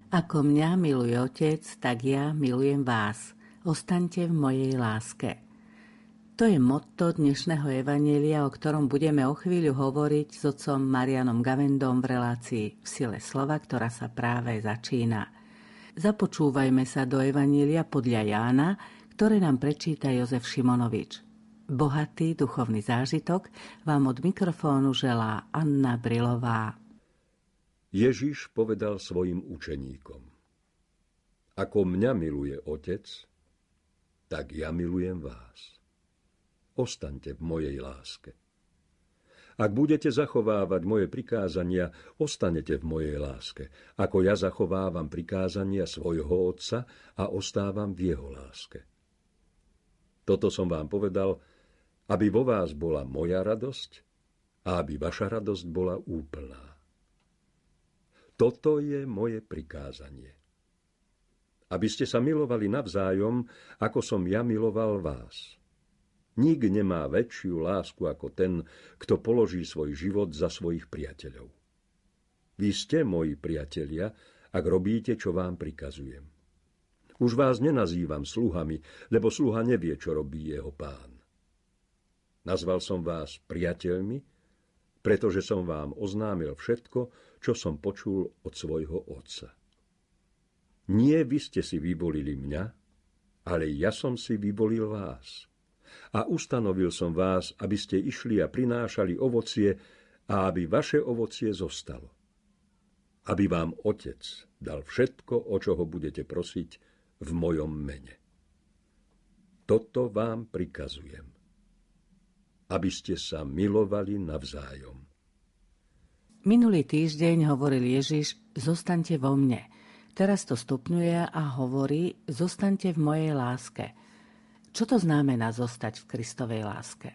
Ako mňa miluje Otec, tak ja milujem vás. Ostaňte v mojej láske. To je motto dnešného evanjelia, o ktorom budeme o chvíľu hovoriť s otcom Marianom Gavendom v relácii V sile slova, ktorá sa práve začína. Započúvajme sa do evanjelia podľa Jána, ktoré nám prečíta Jozef Šimonovič. Bohatý duchovný zážitok vám od mikrofónu želá Anna Brilová. Ježiš povedal svojim učeníkom: Ako mňa miluje Otec, tak ja milujem vás. Ostaňte v mojej láske. Ak budete zachovávať moje prikázania, ostanete v mojej láske, ako ja zachovávam prikázania svojho Otca a ostávam v jeho láske. Toto som vám povedal, aby vo vás bola moja radosť a aby vaša radosť bola úplná. Toto je moje prikázanie. Aby ste sa milovali navzájom, ako som ja miloval vás. Nik nemá väčšiu lásku ako ten, kto položí svoj život za svojich priateľov. Vy ste moji priatelia, ak robíte, čo vám prikazujem. Už vás nenazývam sluhami, lebo sluha nevie, čo robí jeho pán. Nazval som vás priateľmi, pretože som vám oznámil všetko, čo som počul od svojho Otca. Nie vy ste si vyvolili mňa, ale ja som si vyvolil vás. A ustanovil som vás, aby ste išli a prinášali ovocie a aby vaše ovocie zostalo. Aby vám Otec dal všetko, o čo ho budete prosiť v mojom mene. Toto vám prikazujem. Aby ste sa milovali navzájom. Minulý týždeň hovoril Ježiš: Zostaňte vo mne. Teraz to stupňuje a hovorí: Zostaňte v mojej láske. Čo to znamená zostať v Kristovej láske?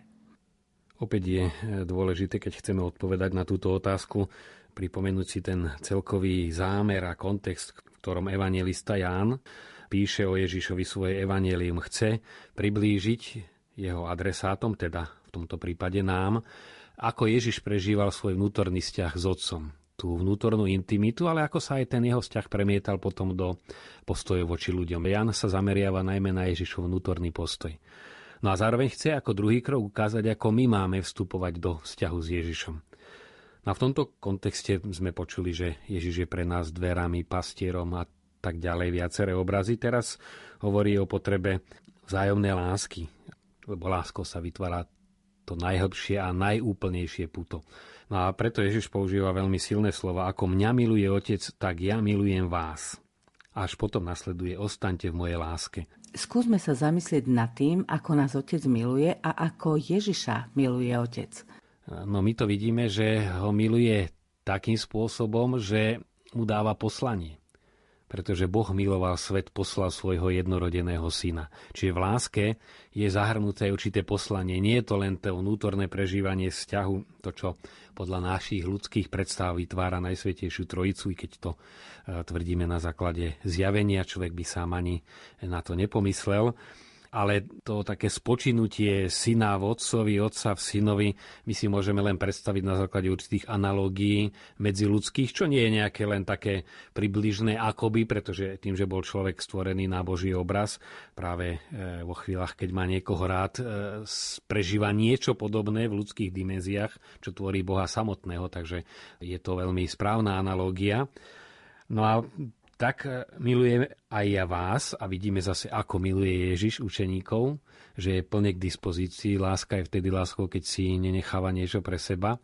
Opäť je dôležité, keď chceme odpovedať na túto otázku, pripomenúť si ten celkový zámer a kontext, v ktorom evanjelista Ján píše o Ježišovi svoje evanjelium. Chce priblížiť jeho adresátom, teda v tomto prípade nám, ako Ježiš prežíval svoj vnútorný vzťah s Otcom. Tú vnútornú intimitu, ale ako sa aj ten jeho vzťah premietal potom do postojov voči ľuďom. Ján sa zameriava najmä na Ježišov vnútorný postoj. No a zároveň chce ako druhý krok ukázať, ako my máme vstupovať do vzťahu s Ježišom. No a v tomto kontexte sme počuli, že Ježiš je pre nás dverami, pastierom a tak ďalej, viaceré obrazy. Teraz hovorí o potrebe vzájomnej lásky, lebo láskou sa vytvára to najhlbšie a najúplnejšie puto. No a preto Ježiš používa veľmi silné slova: Ako mňa miluje Otec, tak ja milujem vás. Až potom nasleduje: Ostaňte v mojej láske. Skúsme sa zamyslieť nad tým, ako nás Otec miluje a ako Ježiša miluje Otec. No my to vidíme, že ho miluje takým spôsobom, že mu dáva poslanie. Pretože Boh miloval svet, poslal svojho jednorodeného syna. Čiže v láske je zahrnuté určité poslanie. Nie je to len to vnútorné prežívanie vzťahu, to, čo podľa našich ľudských predstav vytvára Najsvätejšiu Trojicu, i keď to tvrdíme na základe zjavenia, človek by sám ani na to nepomyslel. Ale to také spočinutie syna v otcovi, otca v synovi, my si môžeme len predstaviť na základe určitých analógií medziľudských, čo nie je nejaké len také približné akoby, pretože tým, že bol človek stvorený na Boží obraz, práve vo chvíľach, keď má niekoho rád, prežíva niečo podobné v ľudských dimenziách, čo tvorí Boha samotného, takže je to veľmi správna analógia. No a tak milujem aj ja vás a vidíme zase, ako miluje Ježiš učeníkov, že je plne k dispozícii. Láska je vtedy láskou, keď si nenecháva niečo pre seba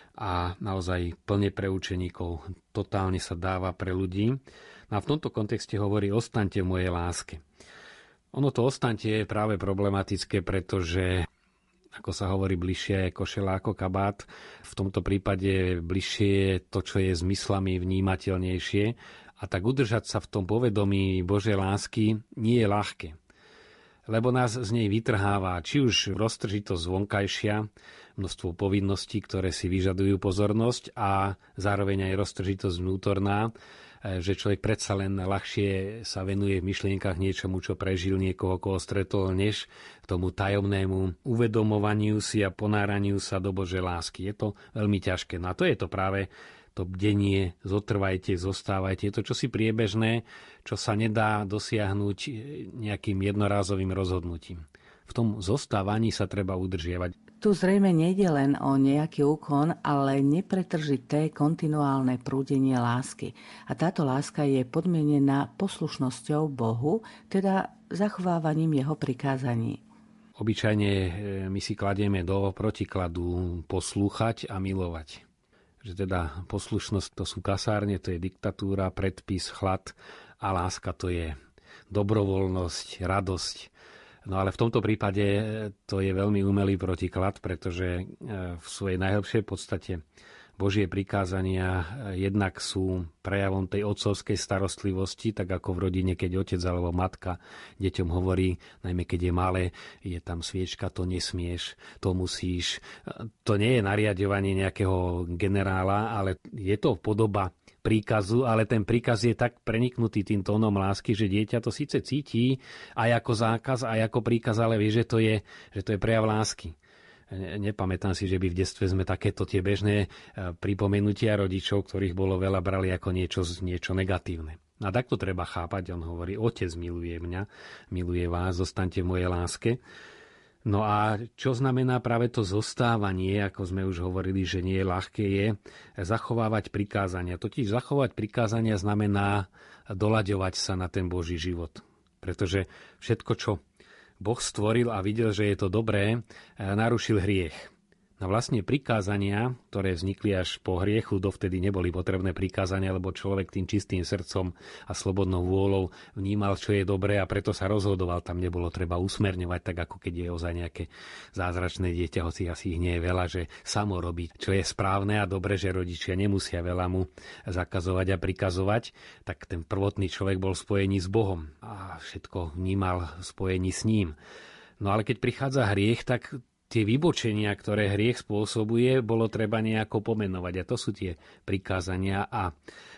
a naozaj plne pre učeníkov. Totálne sa dáva pre ľudí. No a v tomto kontexte hovorí: Ostaňte v mojej láske. Ono to ostaňte je práve problematické, pretože, ako sa hovorí, bližšie je košeľa ako kabát. V tomto prípade bližšie je to, čo je zmyslami vnímateľnejšie. A tak udržať sa v tom povedomí Božej lásky nie je ľahké. Lebo nás z nej vytrháva či už roztržitosť vonkajšia, množstvo povinností, ktoré si vyžadujú pozornosť, a zároveň aj roztržitosť vnútorná, že človek predsa len ľahšie sa venuje v myšlienkach niečomu, čo prežil, niekoho, koho stretol, než tomu tajomnému uvedomovaniu si a ponáraniu sa do Božej lásky. Je to veľmi ťažké. No a to je to práve to bdenie, zotrvajte, zostávajte. Je to čosi priebežné, čo sa nedá dosiahnuť nejakým jednorázovým rozhodnutím. V tom zostávaní sa treba udržiavať. Tu zrejme nejde len o nejaký úkon, ale nepretržité kontinuálne prúdenie lásky. A táto láska je podmienená poslušnosťou Bohu, teda zachovávaním jeho prikázaní. Obyčajne my si kladieme do protikladu poslúchať a milovať. Že teda poslušnosť to sú kasárne, to je diktatúra, predpis, chlad a láska to je dobrovoľnosť, radosť. No ale v tomto prípade to je veľmi umelý protiklad, pretože v svojej najhlbšej podstate Božie prikázania jednak sú prejavom tej otcovskej starostlivosti, tak ako v rodine, keď otec alebo matka deťom hovorí, najmä keď je malé, je tam sviečka, to nesmieš, to musíš. To nie je nariadovanie nejakého generála, ale je to podoba príkazu, ale ten príkaz je tak preniknutý tým tónom lásky, že dieťa to síce cíti aj ako zákaz, aj ako príkaz, ale vie, že to je prejav lásky. Nepamätám si, že by v detstve sme takéto tie bežné pripomenutia rodičov, ktorých bolo veľa, brali ako niečo negatívne. A takto treba chápať, on hovorí, otec miluje mňa, miluje vás, zostaňte v mojej láske. No a čo znamená práve to zostávanie, ako sme už hovorili, že nie je ľahké, je zachovávať prikázania. Totiž zachovať prikázania znamená doľaďovať sa na ten Boží život. Pretože všetko, čo Boh stvoril a videl, že je to dobré, narušil hriech. No vlastne prikázania, ktoré vznikli až po hriechu, dovtedy neboli potrebné prikázania, lebo človek tým čistým srdcom a slobodnou vôľou vnímal, čo je dobré a preto sa rozhodoval. Tam nebolo treba usmerňovať, tak ako keď je ozaj nejaké zázračné dieťa, hoci asi ich nie je veľa, že samo robí, čo je správne a dobre, že rodičia nemusia veľa mu zakazovať a prikazovať, tak ten prvotný človek bol v spojení s Bohom a všetko vnímal v spojení s ním. No ale keď prichádza hriech, tak tie vybočenia, ktoré hriech spôsobuje, bolo treba nejako pomenovať. A to sú tie prikázania a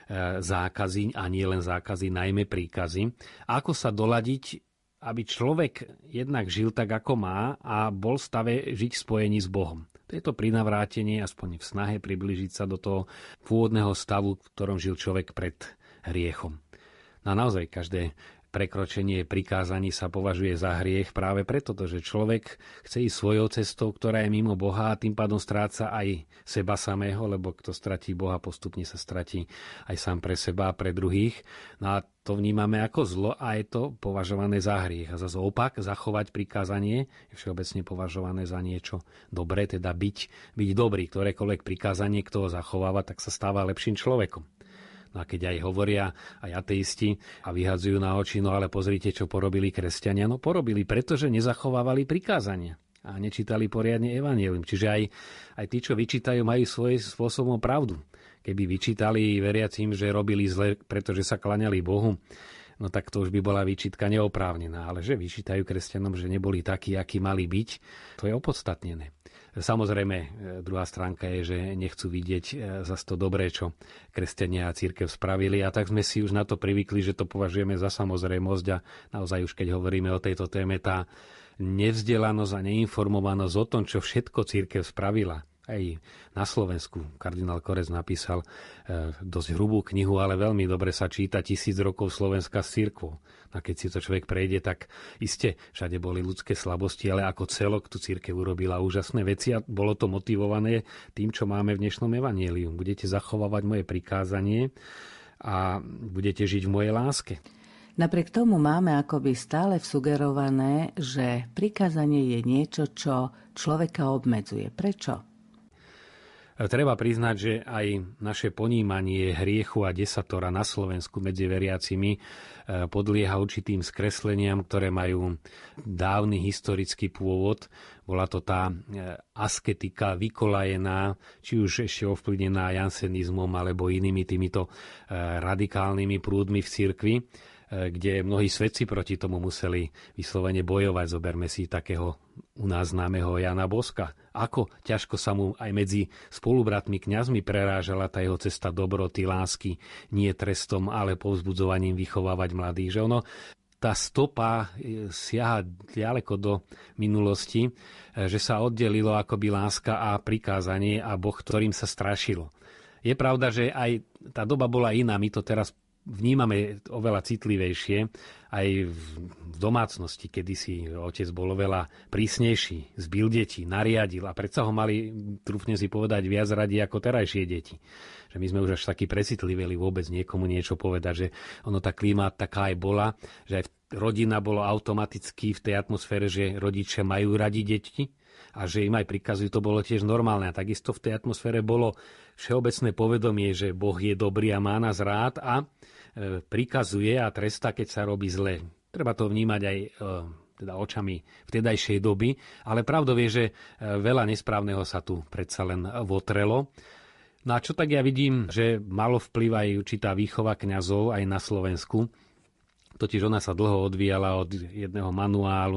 zákazy, a nie len zákazy, najmä príkazy. A ako sa doladiť, aby človek jednak žil tak, ako má a bol v stave žiť v spojení s Bohom. To je to prinavrátenie, aspoň v snahe priblížiť sa do toho pôvodného stavu, v ktorom žil človek pred hriechom. No naozaj každé prekročenie prikázaní sa považuje za hriech práve preto, že človek chce ísť svojou cestou, ktorá je mimo Boha a tým pádom stráca aj seba samého, lebo kto stratí Boha, postupne sa stratí aj sám pre seba a pre druhých. No a to vnímame ako zlo a je to považované za hriech. A zase opak, zachovať prikázanie je všeobecne považované za niečo dobré, teda byť dobrý. Ktorékoľvek prikázanie, kto ho zachováva, tak sa stáva lepším človekom. No a keď aj hovoria aj ateisti a vyhadzujú na oči, no ale pozrite, čo porobili kresťania. No porobili, pretože nezachovávali prikázania a nečítali poriadne evanjelium. Čiže aj tí, čo vyčítajú, majú svojím spôsobom pravdu. Keby vyčítali veriacím, že robili zle, pretože sa klaňali Bohu, no tak to už by bola výčitka neoprávnená. Ale že vyčítajú kresťanom, že neboli takí, akí mali byť, to je opodstatnené. Samozrejme, druhá stránka je, že nechcú vidieť zas to dobré, čo kresťania a cirkev spravili. A tak sme si už na to privykli, že to považujeme za samozrejmosť. A naozaj už keď hovoríme o tejto téme, tá nevzdelanosť a neinformovanosť o tom, čo všetko cirkev spravila. Aj na Slovensku kardinál Korec napísal dosť hrubú knihu, ale veľmi dobre sa číta 1000 rokov Slovenska s cirkvou. A keď si to človek prejde, tak iste všade boli ľudské slabosti, ale ako celok tu cirkev urobila úžasné veci a bolo to motivované tým, čo máme v dnešnom evanjeliu. Budete zachovávať moje prikázanie a budete žiť v mojej láske. Napriek tomu máme akoby stále vsugerované, že prikázanie je niečo, čo človeka obmedzuje. Prečo? Treba priznať, že aj naše ponímanie hriechu a desatora na Slovensku medzi veriacimi podlieha určitým skresleniam, ktoré majú dávny historický pôvod. Bola to tá asketika vykolajená, či už ešte ovplyvnená jansenizmom alebo inými týmito radikálnymi prúdmi v cirkvi, kde mnohí svedci proti tomu museli vyslovene bojovať. Zoberme si takého u nás známeho Jana Boska. Ako ťažko sa mu aj medzi spolubratmi kňazmi prerážala tá jeho cesta dobroty, lásky, nie trestom, ale povzbudzovaním vychovávať mladých. Že ono, tá stopa siaha ďaleko do minulosti, že sa oddelilo akoby láska a prikázanie a Boh, ktorým sa strašilo. Je pravda, že aj tá doba bola iná. My to teraz vnímame oveľa citlivejšie. Aj v domácnosti, kedysi otec bol oveľa prísnejší, zbil deti, nariadil a predsa ho mali, trúfne si povedať, viac radi ako terajšie deti. Že my sme už až takí precitliveli vôbec niekomu niečo povedať, že ono tá klíma taká aj bola, že aj rodina bolo automaticky v tej atmosfére, že rodičia majú radi deti a že im aj prikazujú, to bolo tiež normálne. A takisto v tej atmosfére bolo všeobecné povedomie, že Boh je dobrý a má nás rád a prikazuje a trestá, keď sa robí zle. Treba to vnímať aj teda očami vtedajšej doby, ale pravdou je, že veľa nesprávneho sa tu predsa len votrelo. No a čo tak ja vidím, že malo vplyv aj určitá výchova kňazov aj na Slovensku. Totiž ona sa dlho odvíjala od jedného manuálu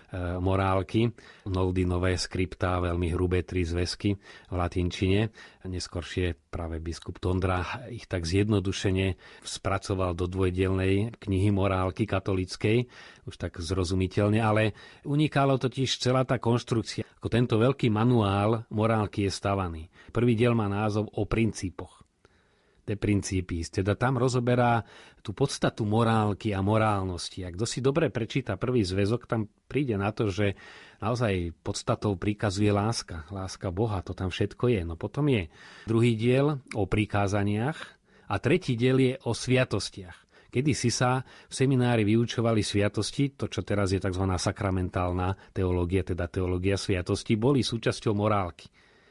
morálky, Noldy nové skriptá, veľmi hrubé 3 zväzky v latinčine. Neskoršie práve biskup Tondra ich tak zjednodušene spracoval do dvojdielnej knihy morálky katolíckej, už tak zrozumiteľne, ale unikalo totiž celá tá konštrukcia. Ako tento veľký manuál morálky je stavaný. Prvý diel má názov O princípoch. De principis, teda tam rozoberá tú podstatu morálky a morálnosti. Ak kto si dobre prečíta prvý zväzok, tam príde na to, že naozaj podstatou prikazuje láska. Láska Boha, to tam všetko je. No potom je druhý diel o prikázaniach a tretí diel je o sviatostiach. Kedysi sa v seminári vyučovali sviatosti, to čo teraz je tzv. Sakramentálna teológia, teda teológia sviatosti, boli súčasťou morálky.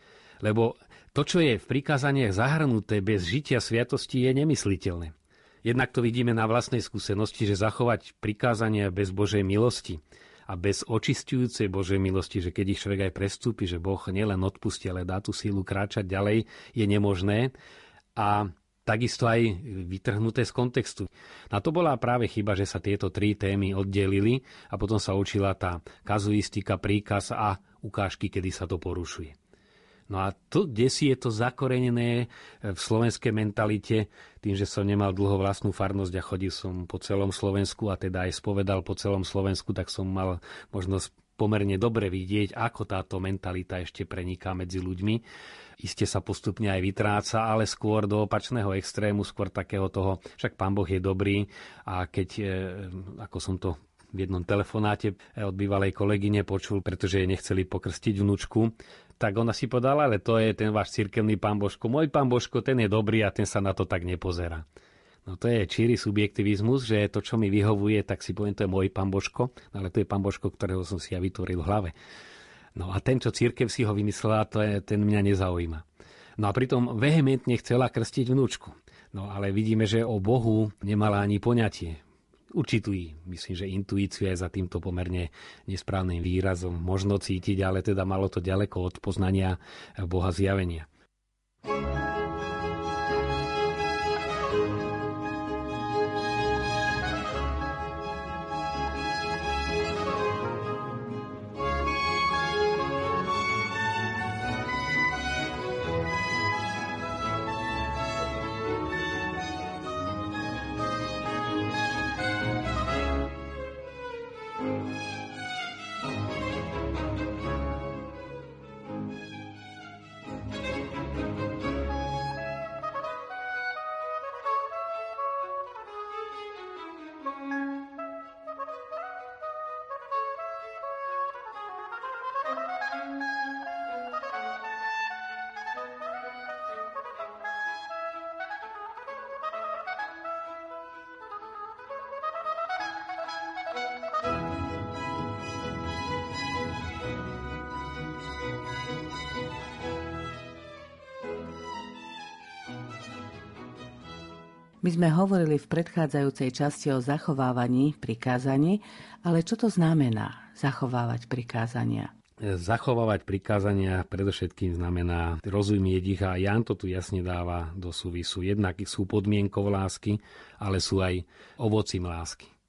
Lebo to, čo je v prikázaniach zahrnuté bez žitia sviatosti, je nemysliteľné. Jednak to vidíme na vlastnej skúsenosti, že zachovať prikázania bez Božej milosti a bez očisťujúcej Božej milosti, že keď ich človek aj prestúpi, že Boh nielen odpustí, ale dá tú sílu kráčať ďalej, je nemožné. A takisto aj vytrhnuté z kontextu. A to bola práve chyba, že sa tieto 3 témy oddelili a potom sa učila tá kazuistika, príkaz a ukážky, kedy sa to porušuje. No a to, kdesi je to zakorenené v slovenskej mentalite, tým, že som nemal dlho vlastnú farnosť a chodil som po celom Slovensku a teda aj spovedal po celom Slovensku, tak som mal možnosť pomerne dobre vidieť, ako táto mentalita ešte preniká medzi ľuďmi. Iste sa postupne aj vytráca, ale skôr do opačného extrému, skôr takého toho, však Pán Boh je dobrý a keď, ako som to v jednom telefonáte od bývalej kolegyne počul, pretože jej nechceli pokrstiť vnúčku, tak ona si povedala, ale to je ten váš cirkevný Pán Božko. Môj Pán Božko, ten je dobrý a ten sa na to tak nepozerá. No to je číry subjektivizmus, že to, čo mi vyhovuje, tak si poviem, to je môj Pán Božko, ale to je Pán Božko, ktorého som si ja vytvoril v hlave. No a ten, čo cirkev si ho vymyslela, ten mňa nezaujíma. No a pritom vehementne chcela krstiť vnúčku. No ale vidíme, že o Bohu nemala ani poňatie. Určitú, myslím, že intuíciu aj za týmto pomerne nesprávnym výrazom možno cítiť, ale teda malo to ďaleko od poznania Boha zjavenia. My sme hovorili v predchádzajúcej časti o zachovávaní prikázaní, ale čo to znamená zachovávať prikázania? Zachovávať prikázania predovšetkým znamená rozumieť ich a Ján to tu jasne dáva do súvisu. Jednak sú podmienkou lásky, ale sú aj ovocím lásky.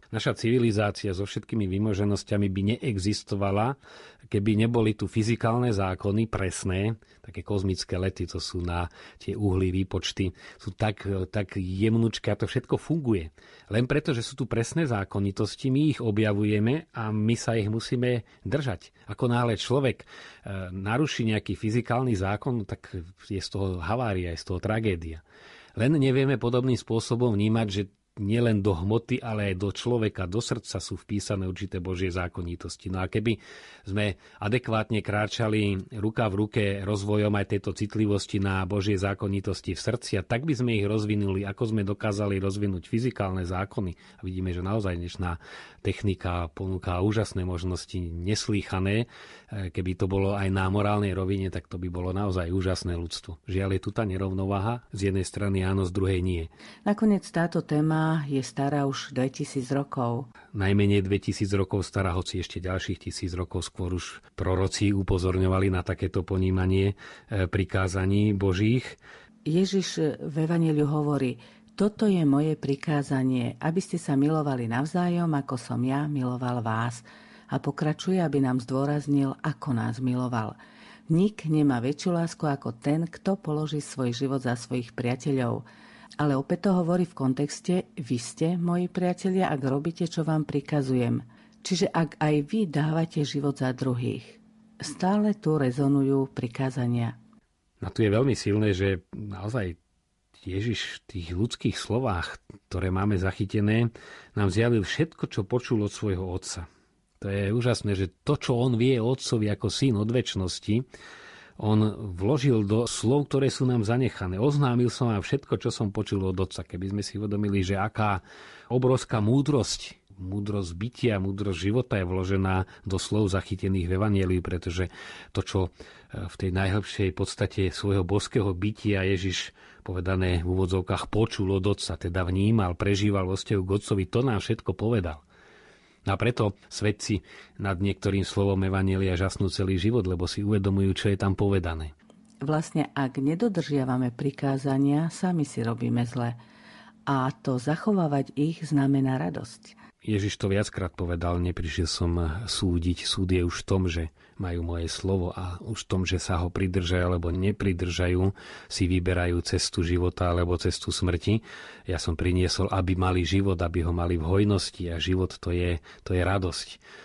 Naša civilizácia so všetkými vymoženosťami by neexistovala, keby neboli tu fyzikálne zákony presné, také kozmické lety, to sú na tie uhly, výpočty, sú tak jemnučké a to všetko funguje. Len preto, že sú tu presné zákonitosti, my ich objavujeme a my sa ich musíme držať. Ako náhle človek naruší nejaký fyzikálny zákon, tak je z toho havária, je z toho tragédia. Len nevieme podobným spôsobom vnímať, že nielen do hmoty, ale aj do človeka, do srdca sú vpísané určité Božie zákonitosti. No a keby sme adekvátne kráčali ruka v ruke rozvojom aj tejto citlivosti na Božie zákonitosti v srdci, a tak by sme ich rozvinuli, ako sme dokázali rozvinúť fyzikálne zákony. A vidíme, že naozaj dnešná technika ponúka úžasné možnosti, neslýchané. Keby to bolo aj na morálnej rovine, tak to by bolo naozaj úžasné ľudstvo. Žiaľ, je tu tá nerovnováha, z jednej strany áno, z druhej nie. Nakoniec táto téma je stará už 2000 rokov. Najmenej 2000 rokov stará, hoci ešte ďalších 1000 rokov skôr už proroci upozorňovali na takéto ponímanie prikázaní Božích. Ježiš v Evanjeliu hovorí: toto je moje prikázanie, aby ste sa milovali navzájom, ako som ja miloval vás. A pokračuje, aby nám zdôraznil, ako nás miloval. Nik nemá väčšiu lásku ako ten, kto položí svoj život za svojich priateľov. Ale opäť to hovorí v kontexte: vy ste, moji priatelia, ak robíte, čo vám prikazujem. Čiže ak aj vy dávate život za druhých. Stále tu rezonujú prikázania. A tu je veľmi silné, že naozaj Ježiš v tých ľudských slovách, ktoré máme zachytené, nám zjavil všetko, čo počul od svojho otca. To je úžasné, že to, čo on vie o otcovi ako syn od večnosti, on vložil do slov, ktoré sú nám zanechané. Oznámil som vám všetko, čo som počul od otca. Keby sme si uvedomili, že aká obrovská múdrosť bytia, múdrosť života je vložená do slov zachytených v Evanjeliu, pretože to, čo v tej najhlbšej podstate svojho božského bytia Ježiš, povedané v úvodzovkách, počul od otca, teda vnímal, prežíval vo vzťahu k otcovi, to nám všetko povedal. A preto svedci nad niektorým slovom Evanjelia žasnú celý život, lebo si uvedomujú, čo je tam povedané. Vlastne, ak nedodržiavame prikázania, sami si robíme zle. A to zachovávať ich znamená radosť. Ježiš to viackrát povedal: neprišiel som súdiť, súd je už v tom, že majú moje slovo, a už v tom, že sa ho pridržajú alebo nepridržajú, si vyberajú cestu života alebo cestu smrti. Ja som priniesol, aby mali život, aby ho mali v hojnosti, a život to je radosť.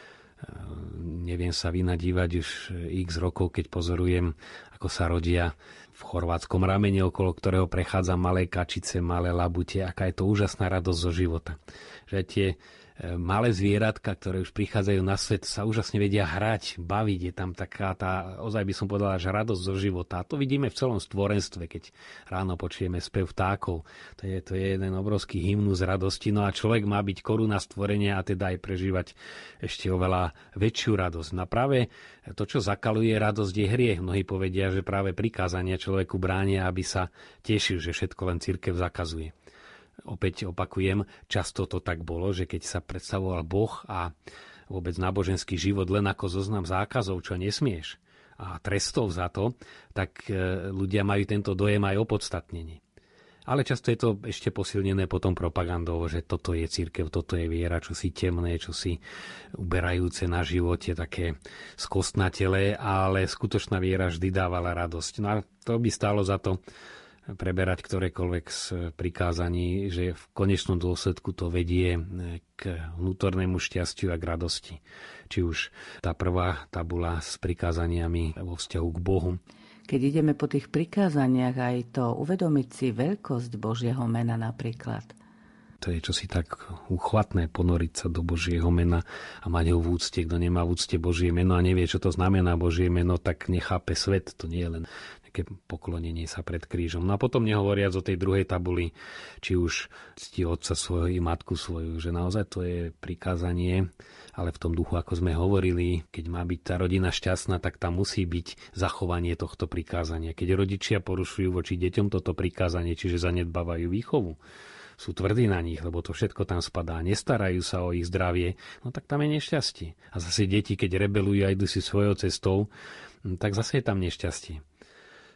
Neviem sa vynadívať už x rokov, keď pozorujem, ako sa rodia v chorvátskom ramene, okolo ktorého prechádza malé kačice, malé labute, aká je to úžasná radosť zo života. Že tie malé zvieratka, ktoré už prichádzajú na svet, sa úžasne vedia hrať, baviť. Je tam taká tá, ozaj by som povedala, že radosť zo života. A to vidíme v celom stvorenstve, keď ráno počujeme spev vtákov. To je jeden obrovský hymnus radosti. No a človek má byť koruna stvorenia a teda aj prežívať ešte oveľa väčšiu radosť. No práve to, čo zakaluje radosť, je hriech. Mnohí povedia, že práve prikázania človeku bránia, aby sa tešil, že všetko len cirkev zakazuje. Opäť opakujem, často to tak bolo, že keď sa predstavoval Boh a vôbec náboženský život len ako zoznam zákazov, čo nesmieš, a trestov za to, tak ľudia majú tento dojem aj opodstatnenie. Ale často je to ešte posilnené potom propagandou, že toto je cirkev, toto je viera, čo si temné, čo si uberajúce na živote, také skostnatelé, ale skutočná viera vždy dávala radosť. No a to by stálo za to preberať ktorékoľvek z prikázaní, že v konečnom dôsledku to vedie k vnútornému šťastiu a k radosti. Či už tá prvá tabula s prikázaniami vo vzťahu k Bohu. Keď ideme po tých prikázaniach, aj to uvedomiť si veľkosť Božieho mena napríklad. To je čosi tak uchvatné, ponoriť sa do Božieho mena a mať ho v úcte. Kto nemá v úcte Božie meno a nevie, čo to znamená Božie meno, tak nechápe svet. To nie je len poklonenie sa pred krížom. No a potom nehovoriac o tej druhej tabuli, či už cti otca svojho i matku svoju, že naozaj to je prikázanie, ale v tom duchu, ako sme hovorili, keď má byť tá rodina šťastná, tak tam musí byť zachovanie tohto prikázania. Keď rodičia porušujú voči deťom toto prikázanie, čiže zanedbávajú výchovu, sú tvrdí na nich, lebo to všetko tam spadá, nestarajú sa o ich zdravie, no tak tam je nešťastie. A zase deti, keď rebelujú a idú si svojou cestou, tak zase je tam nešťastie.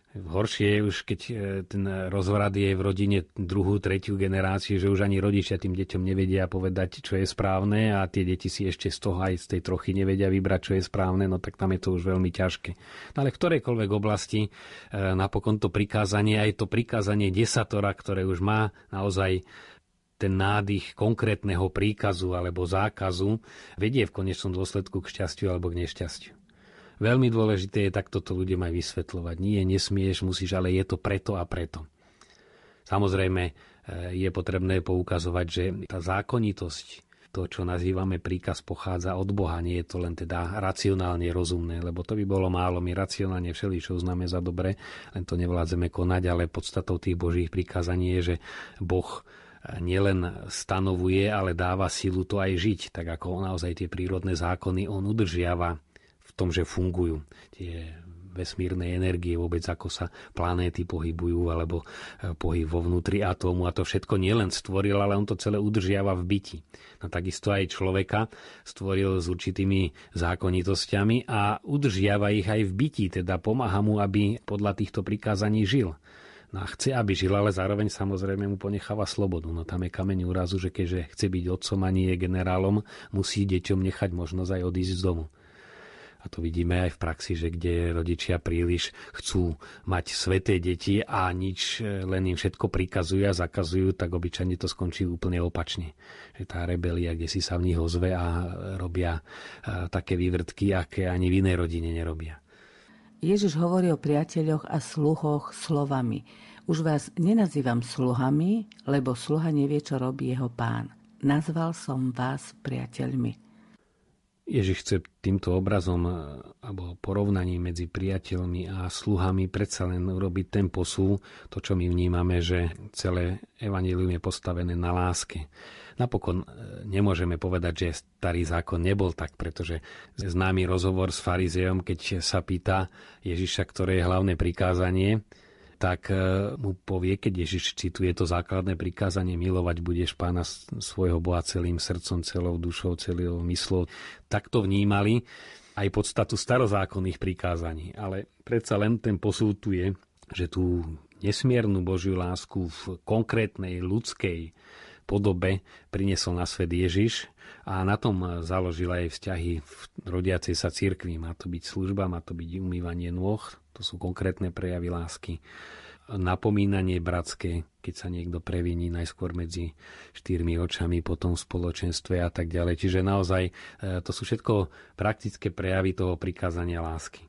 Horšie je už, keď ten rozvrat je v rodine 2., 3. generáciu, že už ani rodičia tým deťom nevedia povedať, čo je správne a tie deti si ešte z toho aj z tej trochy nevedia vybrať, čo je správne, no tak tam je to už veľmi ťažké. No ale v ktorejkoľvek oblasti napokon to prikázanie, aj to prikázanie desatora, ktoré už má naozaj ten nádych konkrétneho príkazu alebo zákazu, vedie v konečnom dôsledku k šťastiu alebo k nešťastiu. Veľmi dôležité je takto to ľuďom aj vysvetľovať. Nie, nesmieš, musíš, ale je to preto a preto. Samozrejme, je potrebné poukazovať, že tá zákonitosť, to, čo nazývame príkaz, pochádza od Boha. Nie je to len teda racionálne rozumné, lebo to by bolo málo. My racionálne všeličo uznáme za dobre, len to nevládzeme konať, ale podstatou tých Božích prikázaní je, že Boh nielen stanovuje, ale dáva silu to aj žiť. Tak ako naozaj tie prírodné zákony on udržiava v tom, že fungujú tie vesmírne energie, vôbec ako sa planéty pohybujú, alebo pohyb vo vnútri atómu. A to všetko nielen stvoril, ale on to celé udržiava v byti. No takisto aj človeka stvoril s určitými zákonitosťami a udržiava ich aj v byti, teda pomáha mu, aby podľa týchto prikázaní žil. No a chce, aby žil, ale zároveň samozrejme mu ponecháva slobodu. No tam je kameň úrazu, že keďže chce byť otcom a nie je generálom, musí deťom nechať možnosť aj odísť z domu. A to vidíme aj v praxi, že kde rodičia príliš chcú mať sveté deti a nič, len im všetko prikazujú a zakazujú, tak obyčajne to skončí úplne opačne. Že tá rebelia, kde si sa v nich ozve a robia také vývrtky, aké ani v inej rodine nerobia. Ježiš hovorí o priateľoch a sluhoch slovami. Už vás nenazývam sluhami, lebo sluha nevie, čo robí jeho pán. Nazval som vás priateľmi. Ježiš chce týmto obrazom alebo porovnaním medzi priateľmi a sluhami predsa len urobiť ten posúv, to, čo my vnímame, že celé evanjelium je postavené na láske. Napokon nemôžeme povedať, že starý zákon nebol tak, pretože známy rozhovor s farizejom, keď sa pýta Ježiša, ktoré je hlavné prikázanie, tak mu povie, keď Ježiš cituje to základné prikázanie, milovať budeš Pána svojho Boha celým srdcom, celou dušou, celou myslou. Tak to vnímali aj podstatu starozákonných prikázaní. Ale predsa len ten posúd tu je, že tú nesmiernu Božiu lásku v konkrétnej ľudskej podobe priniesol na svet Ježiš a na tom založil aj vzťahy v rodiacej sa cirkvi. Má to byť služba, má to byť umývanie nôh, to sú konkrétne prejavy lásky. Napomínanie bratské, keď sa niekto previní najskôr medzi 4 očami, potom v spoločenstve a tak ďalej. Čiže naozaj to sú všetko praktické prejavy toho prikázania lásky.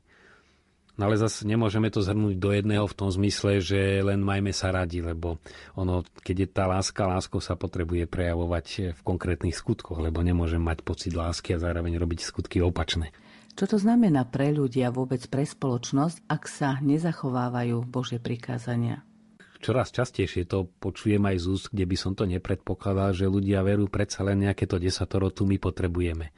No ale zase nemôžeme to zhrnúť do jedného v tom zmysle, že len majme sa radi, lebo ono, keď je tá láska, láskou sa potrebuje prejavovať v konkrétnych skutkoch, lebo nemôžem mať pocit lásky a zároveň robiť skutky opačné. Čo to znamená pre ľudí a vôbec pre spoločnosť, ak sa nezachovávajú Božie prikázania? Čoraz častejšie to počujem aj z úst, kde by som to nepredpokladal, že ľudia verujú predsa len nejaké to desatoro tu my potrebujeme.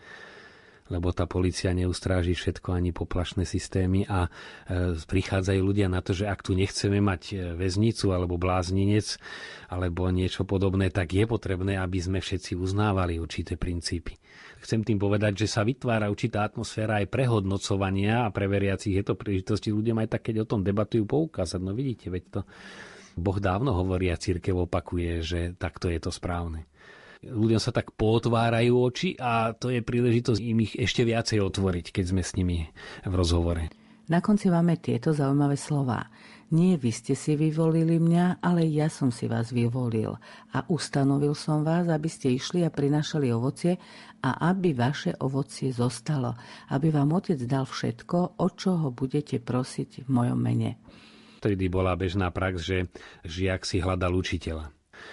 Lebo tá polícia neustráži všetko ani poplašné systémy a prichádzajú ľudia na to, že ak tu nechceme mať väznicu alebo blázninec alebo niečo podobné, tak je potrebné, aby sme všetci uznávali určité princípy. Chcem tým povedať, že sa vytvára určitá atmosféra aj prehodnocovania a pre veriacich je to príležitosti ľuďom aj tak, keď o tom debatujú, poukázať. No vidíte, veď to Boh dávno hovorí a cirkev opakuje, že takto je to správne. Ľuďom sa tak potvárajú oči a to je príležitosť im ich ešte viacej otvoriť, keď sme s nimi v rozhovore. Na konci máme tieto zaujímavé slová. Nie vy ste si vyvolili mňa, ale ja som si vás vyvolil a ustanovil som vás, aby ste išli a prinášali ovocie a aby vaše ovocie zostalo, aby vám Otec dal všetko, o čo ho budete prosiť v mojom mene. Vtedy bola bežná prax, že žiak si hľadal učiteľa.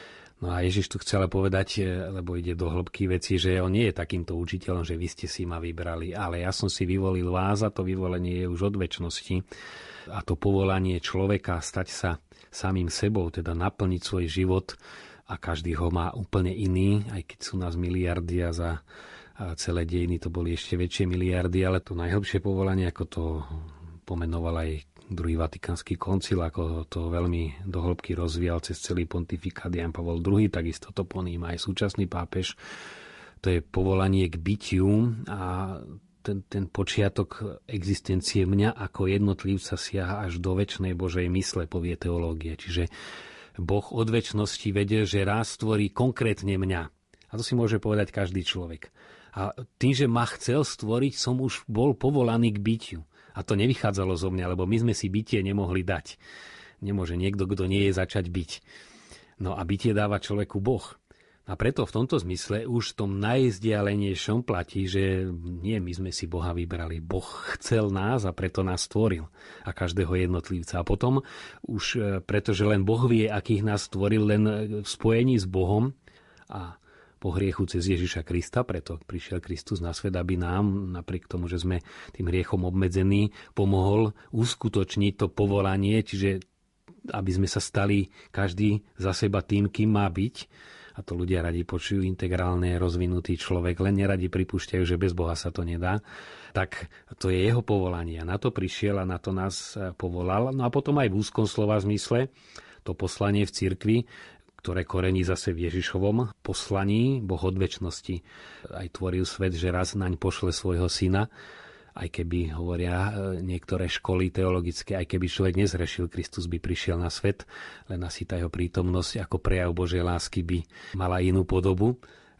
No a Ježiš tu chcel povedať, lebo ide do hĺbky veci, že on nie je takýmto učiteľom, že vy ste si ma vybrali, ale ja som si vyvolil vás a to vyvolenie je už od večnosti. A to povolanie človeka stať sa samým sebou, teda naplniť svoj život a každý ho má úplne iný, aj keď sú nás miliardy a za celé dejiny to boli ešte väčšie miliardy, ale to najhlbšie povolanie, ako to pomenoval aj druhý Vatikánsky koncil, ako to veľmi do hĺbky rozvíjal cez celý pontifikát Ján Pavol II, takisto to poníma aj súčasný pápež. To je povolanie k bytiu a ten počiatok existencie mňa ako jednotlivca siaha až do večnej Božej mysle, povie teológia. Čiže Boh od večnosti vedel, že raz stvorí konkrétne mňa. A to si môže povedať každý človek. A tým, že ma chcel stvoriť, som už bol povolaný k bytiu. A to nevychádzalo zo mňa, lebo my sme si bytie nemohli dať. Nemôže niekto, kto nie je, začať byť. No a bytie dáva človeku Boh. A preto v tomto zmysle už v tom najzdialenejšom platí, že nie my sme si Boha vybrali. Boh chcel nás a preto nás stvoril. A každého jednotlivca. A potom už, pretože len Boh vie, akých nás stvoril, len v spojení s Bohom a po hriechu cez Ježiša Krista, preto prišiel Kristus na svet, aby nám, napriek tomu, že sme tým hriechom obmedzení, pomohol uskutočniť to povolanie, čiže aby sme sa stali každý za seba tým, kým má byť. A to ľudia radi počujú, integrálne rozvinutý človek, len neradi pripúšťajú, že bez Boha sa to nedá. Tak to je jeho povolanie. A na to prišiel a na to nás povolal. No a potom aj v úzkom slova zmysle to poslanie v cirkvi, ktoré korení zase v Ježišovom poslaní, Boh od večnosti aj tvoril svet, že raz naň pošle svojho syna. Aj keby, hovoria niektoré školy teologické, aj keby človek nezrešil, Kristus by prišiel na svet, len asi tá jeho prítomnosť ako prejav Božej lásky by mala inú podobu.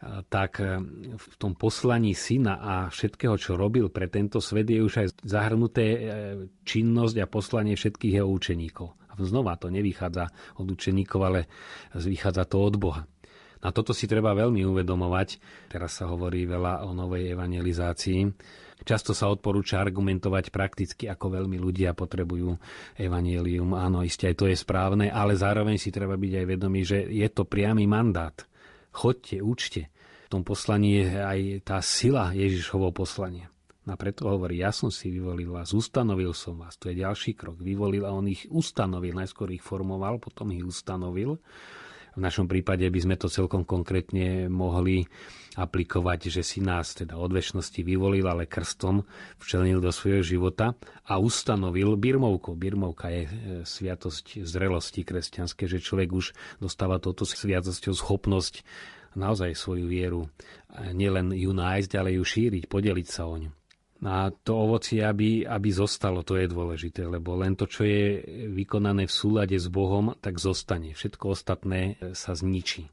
Tak v tom poslaní syna a všetkého, čo robil pre tento svet, je už aj zahrnuté činnosť a poslanie všetkých jeho učeníkov. A znova to nevychádza od učeníkov, ale vychádza to od Boha. Na toto si treba veľmi uvedomovať. Teraz sa hovorí veľa o novej evangelizácii. Často sa odporúča argumentovať prakticky, ako veľmi ľudia potrebujú evanjelium. Áno, isté aj to je správne, ale zároveň si treba byť aj vedomý, že je to priamy mandát. Choďte, učte. V tom poslaní je aj tá sila Ježišovho poslania. A preto hovorí, ja som si vyvolil vás, ustanovil som vás. To je ďalší krok. Vyvolil a on ich ustanovil. Najskôr ich formoval, potom ich ustanovil. V našom prípade by sme to celkom konkrétne mohli aplikovať, že si nás teda od večnosti vyvolil, ale krstom včlenil do svojho života a ustanovil birmovkou. Birmovka je sviatosť zrelosti kresťanské, že človek už dostáva touto sviatosťou schopnosť naozaj svoju vieru nielen ju nájsť, ale ju šíriť, podeliť sa o ňu. A to ovocie, aby zostalo, to je dôležité, lebo len to, čo je vykonané v súlade s Bohom, tak zostane. Všetko ostatné sa zničí.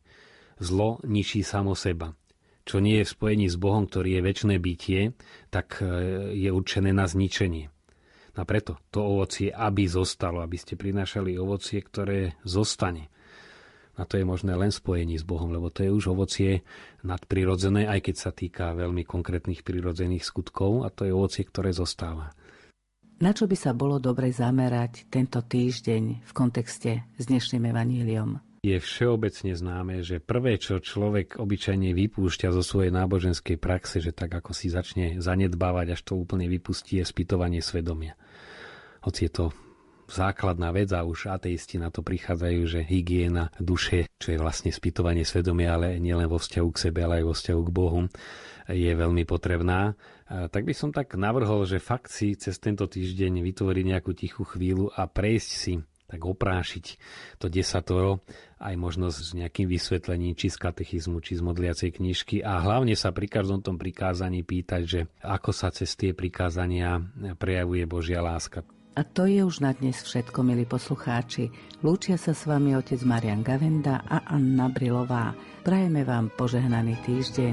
Zlo ničí samo seba. Čo nie je v spojení s Bohom, ktorý je večné bytie, tak je určené na zničenie. A preto to ovocie, aby zostalo, aby ste prinášali ovocie, ktoré zostane. A to je možné len v spojení s Bohom, lebo to je už ovocie nadprirodzené, aj keď sa týka veľmi konkrétnych prirodzených skutkov, a to je ovocie, ktoré zostáva. Na čo by sa bolo dobre zamerať tento týždeň v kontexte s dnešným evaníliom? Je všeobecne známe, že prvé, čo človek obyčajne vypúšťa zo svojej náboženskej praxe, že tak ako si začne zanedbávať, až to úplne vypustí, je spytovanie svedomia. Hoci je to základná vec a už ateisti na to prichádzajú, že hygiena duše, čo je vlastne spytovanie svedomia, ale nielen vo vzťahu k sebe, ale aj vo vzťahu k Bohu, je veľmi potrebná. Tak by som tak navrhol, že fakt si cez tento týždeň vytvoriť nejakú tichú chvíľu a prejsť si, tak oprášiť to desatoro, aj možno s nejakým vysvetlením, či z katechizmu, či z modliacej knižky, a hlavne sa pri každom tom prikázaní pýtať, že ako sa cez tie prikázania prejavuje Božia láska. A to je už na dnes všetko, milí poslucháči. Lúčia sa s vami otec Marián Gavenda a Anna Brilová. Prajeme vám požehnaný týždeň.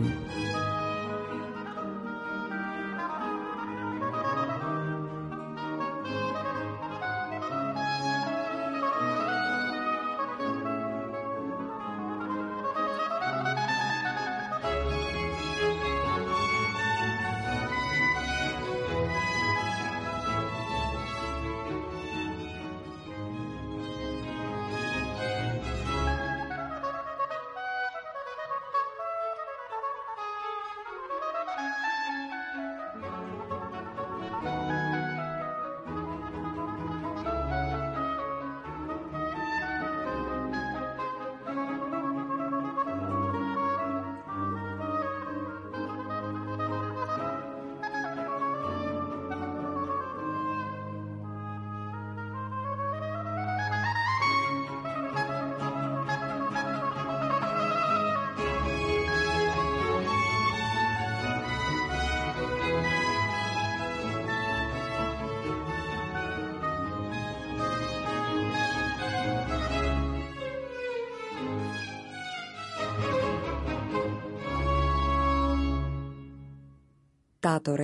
Táto